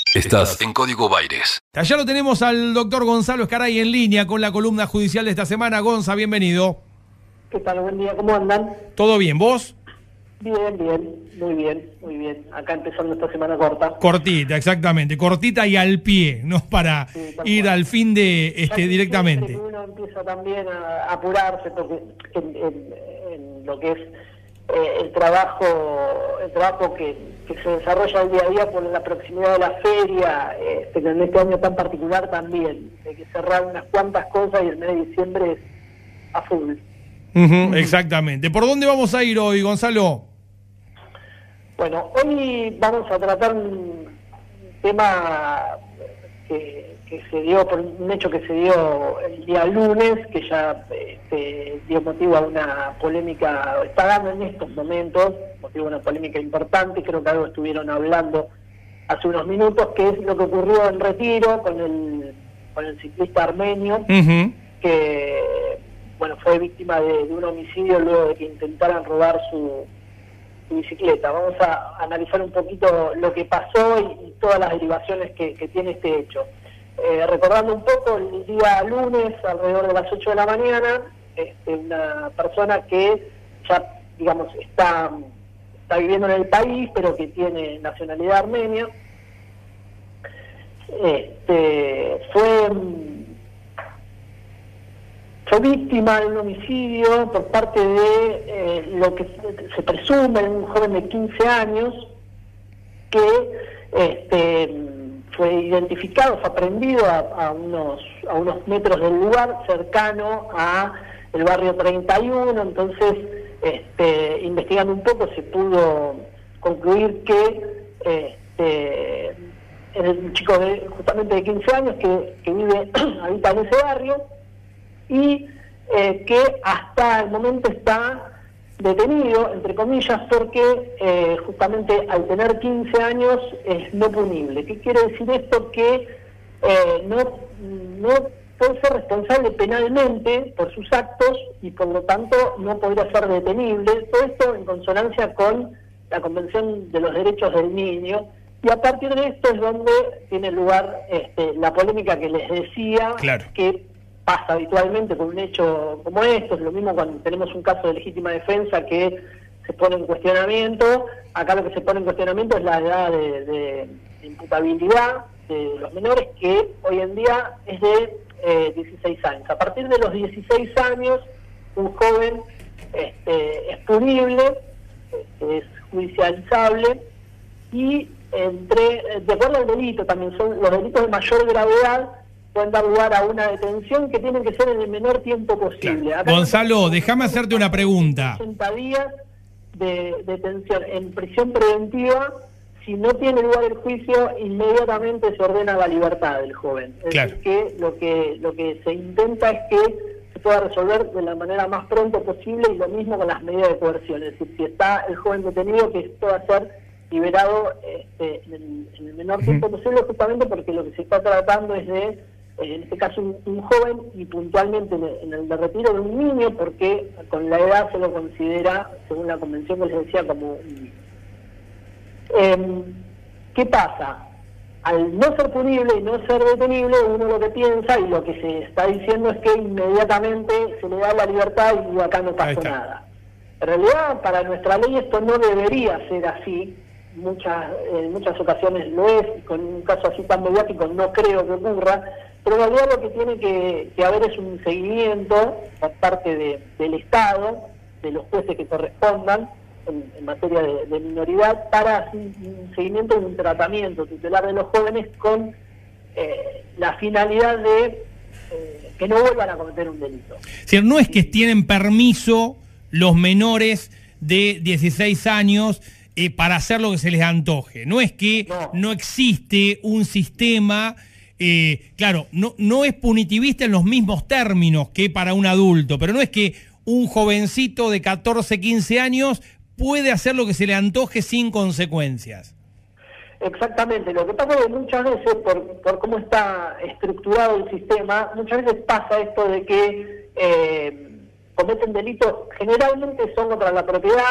Estás en Código Baires. Allá lo tenemos al doctor Gonzalo Escaray en línea con la columna judicial de esta semana. Gonza, bienvenido. ¿Qué tal? Buen día, ¿cómo andan? ¿Todo bien? ¿Vos? Bien, muy bien. Acá empezando esta semana corta. Cortita, exactamente. Cortita y al pie, no para ir al fin de directamente. Uno empieza también a apurarse porque en lo que es el trabajo que se desarrolla el día a día por la proximidad de la feria, pero en este año tan particular también, hay que cerrar unas cuantas cosas y el mes de diciembre es a full. Exactamente. ¿Por dónde vamos a ir hoy, Gonzalo? Bueno, hoy vamos a tratar un tema que se dio, por un hecho que se dio el día lunes, que ya dio motivo a una polémica, está dando en estos momentos, motivo a una polémica importante, creo que algo estuvieron hablando hace unos minutos, que es lo que ocurrió en Retiro con el ciclista armenio, que fue víctima de un homicidio luego de que intentaran robar su bicicleta. Vamos a analizar un poquito lo que pasó y todas las derivaciones que tiene este hecho. Recordando un poco, el día lunes, alrededor de las 8 de la mañana, una persona que ya, digamos, está viviendo en el país, pero que tiene nacionalidad armenia, fue víctima de un homicidio por parte de lo que se presume un joven de 15 años que fue identificado, fue aprendido a unos metros del lugar, cercano a el barrio 31. Entonces, investigando un poco, se pudo concluir que es un chico justamente de 15 años que habita en ese barrio, y que hasta el momento está detenido, entre comillas, porque justamente al tener 15 años es no punible. ¿Qué quiere decir esto? Que no puede ser responsable penalmente por sus actos y por lo tanto no podría ser detenible. Todo esto en consonancia con la Convención de los Derechos del Niño, y a partir de esto es donde tiene lugar la polémica que les decía, claro, que pasa habitualmente con un hecho como esto. Es lo mismo cuando tenemos un caso de legítima defensa que se pone en cuestionamiento. Acá lo que se pone en cuestionamiento es la edad de imputabilidad de los menores, que hoy en día es de 16 años. A partir de los 16 años, un joven es punible, es judicializable, y de acuerdo al delito, también son los delitos de mayor gravedad, pueden dar lugar a una detención que tiene que ser en el menor tiempo posible. Claro. Gonzalo, déjame hacerte una pregunta. 80 días de detención en prisión preventiva. Si no tiene lugar el juicio, inmediatamente se ordena la libertad del joven. Es claro, decir, que lo que se intenta es que se pueda resolver de la manera más pronto posible, y lo mismo con las medidas de coerción. Es decir, si está el joven detenido, que pueda ser liberado en el menor tiempo posible, justamente porque lo que se está tratando es de, en este caso, un joven, y puntualmente en el de Retiro, de un niño, porque con la edad se lo considera, según la convención que les decía, como un niño. ¿Qué pasa? Al no ser punible y no ser detenible, uno lo que piensa y lo que se está diciendo es que inmediatamente se le da la libertad y acá no pasó nada. En realidad, para nuestra ley esto no debería ser así. En muchas ocasiones lo es, y con un caso así tan mediático no creo que ocurra, pero en realidad lo que tiene que haber es un seguimiento por parte del Estado, de los jueces que correspondan en materia de minoridad, para hacer un seguimiento y un tratamiento tutelar de los jóvenes con la finalidad de que no vuelvan a cometer un delito. Si no es que tienen permiso los menores de 16 años para hacer lo que se les antoje. No es que no existe un sistema, claro, no es punitivista en los mismos términos que para un adulto, pero no es que un jovencito de 14, 15 años puede hacer lo que se le antoje sin consecuencias. Exactamente. Lo que pasa es que muchas veces, por cómo está estructurado el sistema, muchas veces pasa esto de que cometen delitos, generalmente son contra la propiedad,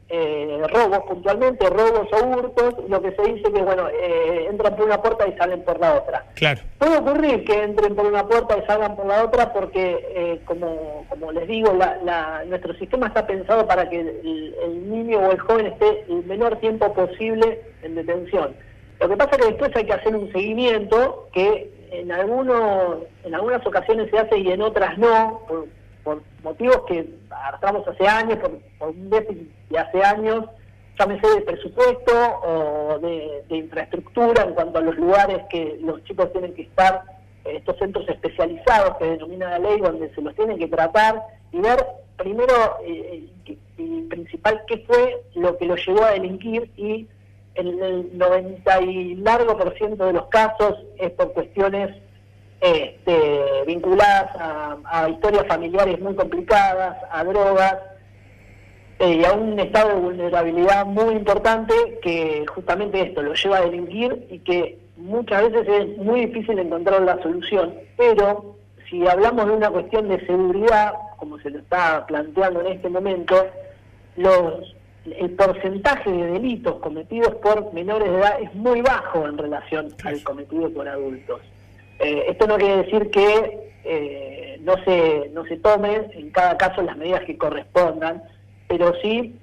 robos puntualmente, robos o hurtos, lo que se dice que, bueno, entran por una puerta y salen por la otra. Claro. Puede ocurrir que entren por una puerta y salgan por la otra porque, como les digo, nuestro sistema está pensado para que el niño o el joven esté el menor tiempo posible en detención. Lo que pasa es que después hay que hacer un seguimiento que en algunas ocasiones se hace y en otras no, por motivos que arrastramos hace años, por un déficit de hace años, llámese de presupuesto o de infraestructura en cuanto a los lugares que los chicos tienen que estar, estos centros especializados que denomina la ley, donde se los tienen que tratar y ver primero y principal qué fue lo que los llevó a delinquir, y en el 90 y largo por ciento de los casos es por cuestiones vinculadas a historias familiares muy complicadas, a drogas y a un estado de vulnerabilidad muy importante que justamente esto lo lleva a delinquir y que muchas veces es muy difícil encontrar la solución. Pero si hablamos de una cuestión de seguridad, como se lo está planteando en este momento, el porcentaje de delitos cometidos por menores de edad es muy bajo en relación al cometido por adultos. Esto no quiere decir que no se tomen en cada caso las medidas que correspondan, pero sí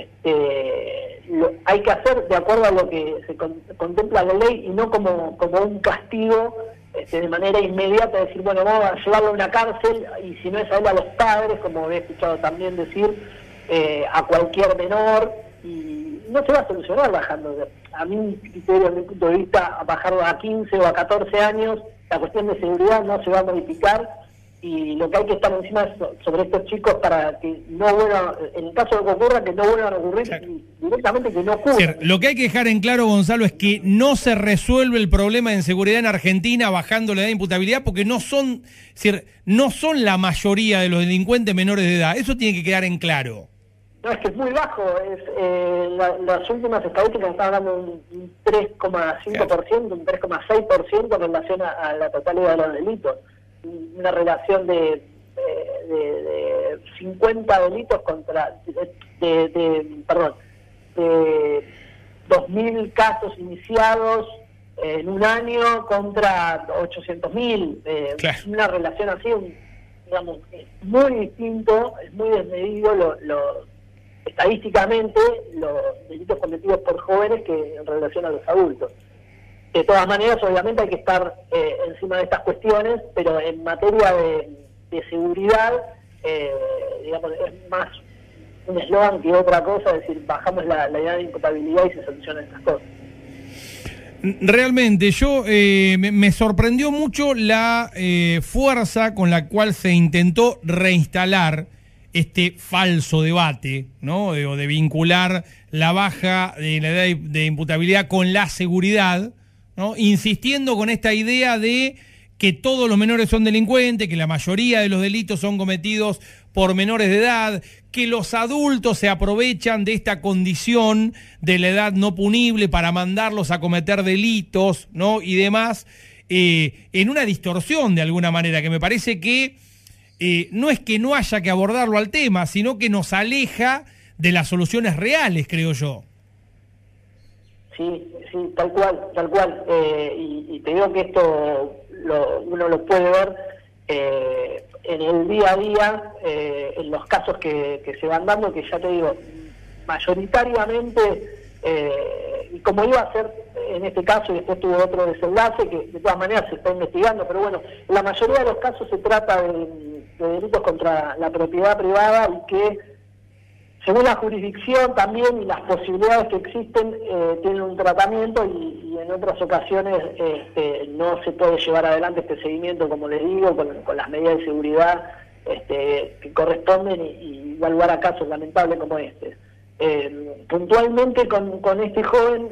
hay que hacer de acuerdo a lo que se contempla la ley y no como un castigo de manera inmediata, decir, bueno, vamos a llevarlo a una cárcel y si no es a él, a los padres, como he escuchado también decir, a cualquier menor, y no se va a solucionar bajando. A mi criterio, desde mi punto de vista, bajarlo a 15 o a 14 años, la cuestión de seguridad no se va a modificar, y lo que hay que estar encima es sobre estos chicos para que no vuelvan, en el caso de que ocurra, que no vuelvan a ocurrir, claro, y directamente que no ocurra. Sí, lo que hay que dejar en claro, Gonzalo, es que no se resuelve el problema de inseguridad en Argentina bajando la edad de imputabilidad, porque no son la mayoría de los delincuentes menores de edad. Eso tiene que quedar en claro. No, es que es muy bajo. Las últimas estadísticas están hablando de un 3,5%, un 3,6% en relación a la totalidad de los delitos. Una relación de 50 delitos contra de 2.000 casos iniciados en un año contra 800.000. Claro. Una relación así, digamos, es muy distinto, es muy desmedido estadísticamente los delitos cometidos por jóvenes que en relación a los adultos. De todas maneras, obviamente hay que estar encima de estas cuestiones, pero en materia de seguridad, digamos, es más un eslogan que otra cosa, es decir, bajamos la edad de imputabilidad y se solucionan estas cosas. Realmente, yo me sorprendió mucho la fuerza con la cual se intentó reinstalar este falso debate, ¿no? De vincular la baja de la edad de imputabilidad con la seguridad, ¿no? Insistiendo con esta idea de que todos los menores son delincuentes, que la mayoría de los delitos son cometidos por menores de edad, que los adultos se aprovechan de esta condición de la edad no punible para mandarlos a cometer delitos, ¿no? Y demás, en una distorsión de alguna manera, que me parece que no es que no haya que abordarlo al tema, sino que nos aleja de las soluciones reales, creo yo. Sí, tal cual. Y te digo que esto uno lo puede ver en el día a día, en los casos que se van dando, que ya te digo, mayoritariamente, y como iba a ser en este caso, y después tuvo otro desenlace, que de todas maneras se está investigando, pero bueno, en la mayoría de los casos se trata de delitos contra la propiedad privada y que, según la jurisdicción también y las posibilidades que existen, tienen un tratamiento y en otras ocasiones no se puede llevar adelante este seguimiento, como les digo, con las medidas de seguridad que corresponden y da lugar a casos lamentables como este. Puntualmente con este joven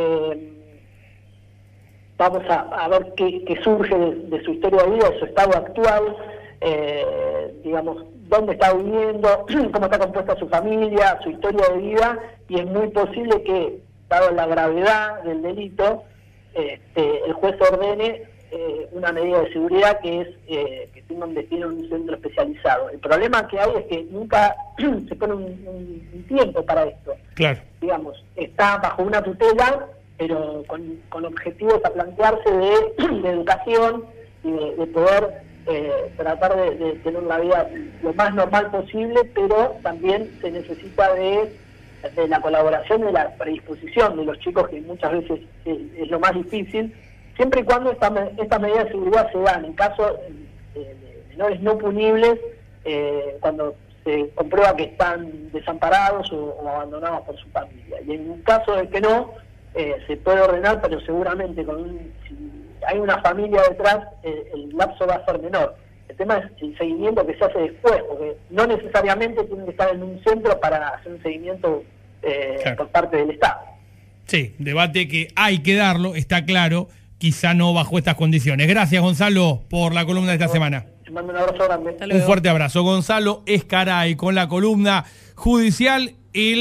vamos a ver qué surge de su historia de vida, de su estado actual, digamos, dónde está viviendo, cómo está compuesta su familia, su historia de vida, y es muy posible que, dado la gravedad del delito, el juez ordene una medida de seguridad que es que tengan destino en un centro especializado. El problema que hay es que nunca se pone un tiempo para esto. Claro. Digamos, está bajo una tutela, pero con objetivos a plantearse de educación y de poder tratar de tener una vida lo más normal posible, pero también se necesita de la colaboración, de la predisposición de los chicos, que muchas veces es lo más difícil, siempre y cuando estas medidas de seguridad se dan en caso de menores no punibles, cuando se comprueba que están desamparados o abandonados por su familia. Y en un caso de que no, se puede ordenar, pero seguramente si hay una familia detrás, el lapso va a ser menor. El tema es el seguimiento que se hace después, porque no necesariamente tienen que estar en un centro para hacer un seguimiento claro, por parte del Estado. Sí, debate que hay que darlo, está claro, quizá no bajo estas condiciones. Gracias, Gonzalo, por la columna de esta semana. Te mando un abrazo grande. Un fuerte abrazo. Gonzalo Escaray con la columna judicial,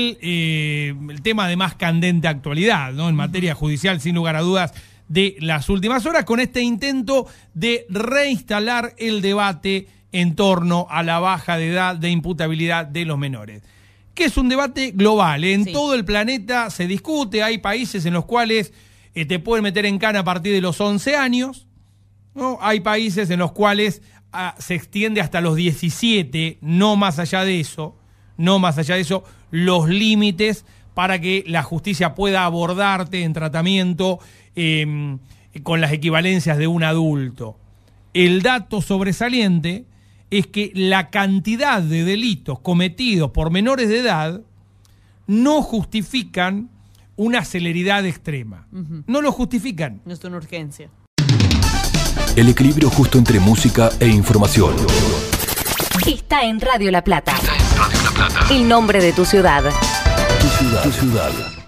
el tema de más candente actualidad, ¿no? En materia judicial, sin lugar a dudas, de las últimas horas, con este intento de reinstalar el debate en torno a la baja de edad de imputabilidad de los menores. Que es un debate global, en todo el planeta se discute, hay países en los cuales te pueden meter en cana a partir de los 11 años, ¿no? Hay países en los cuales se extiende hasta los 17, no más allá de eso, los límites para que la justicia pueda abordarte en tratamiento con las equivalencias de un adulto. El dato sobresaliente es que la cantidad de delitos cometidos por menores de edad no justifican una celeridad extrema. No lo justifican. No es una urgencia. El equilibrio justo entre música e información. Está en Radio La Plata. El nombre de tu ciudad. Tu ciudad.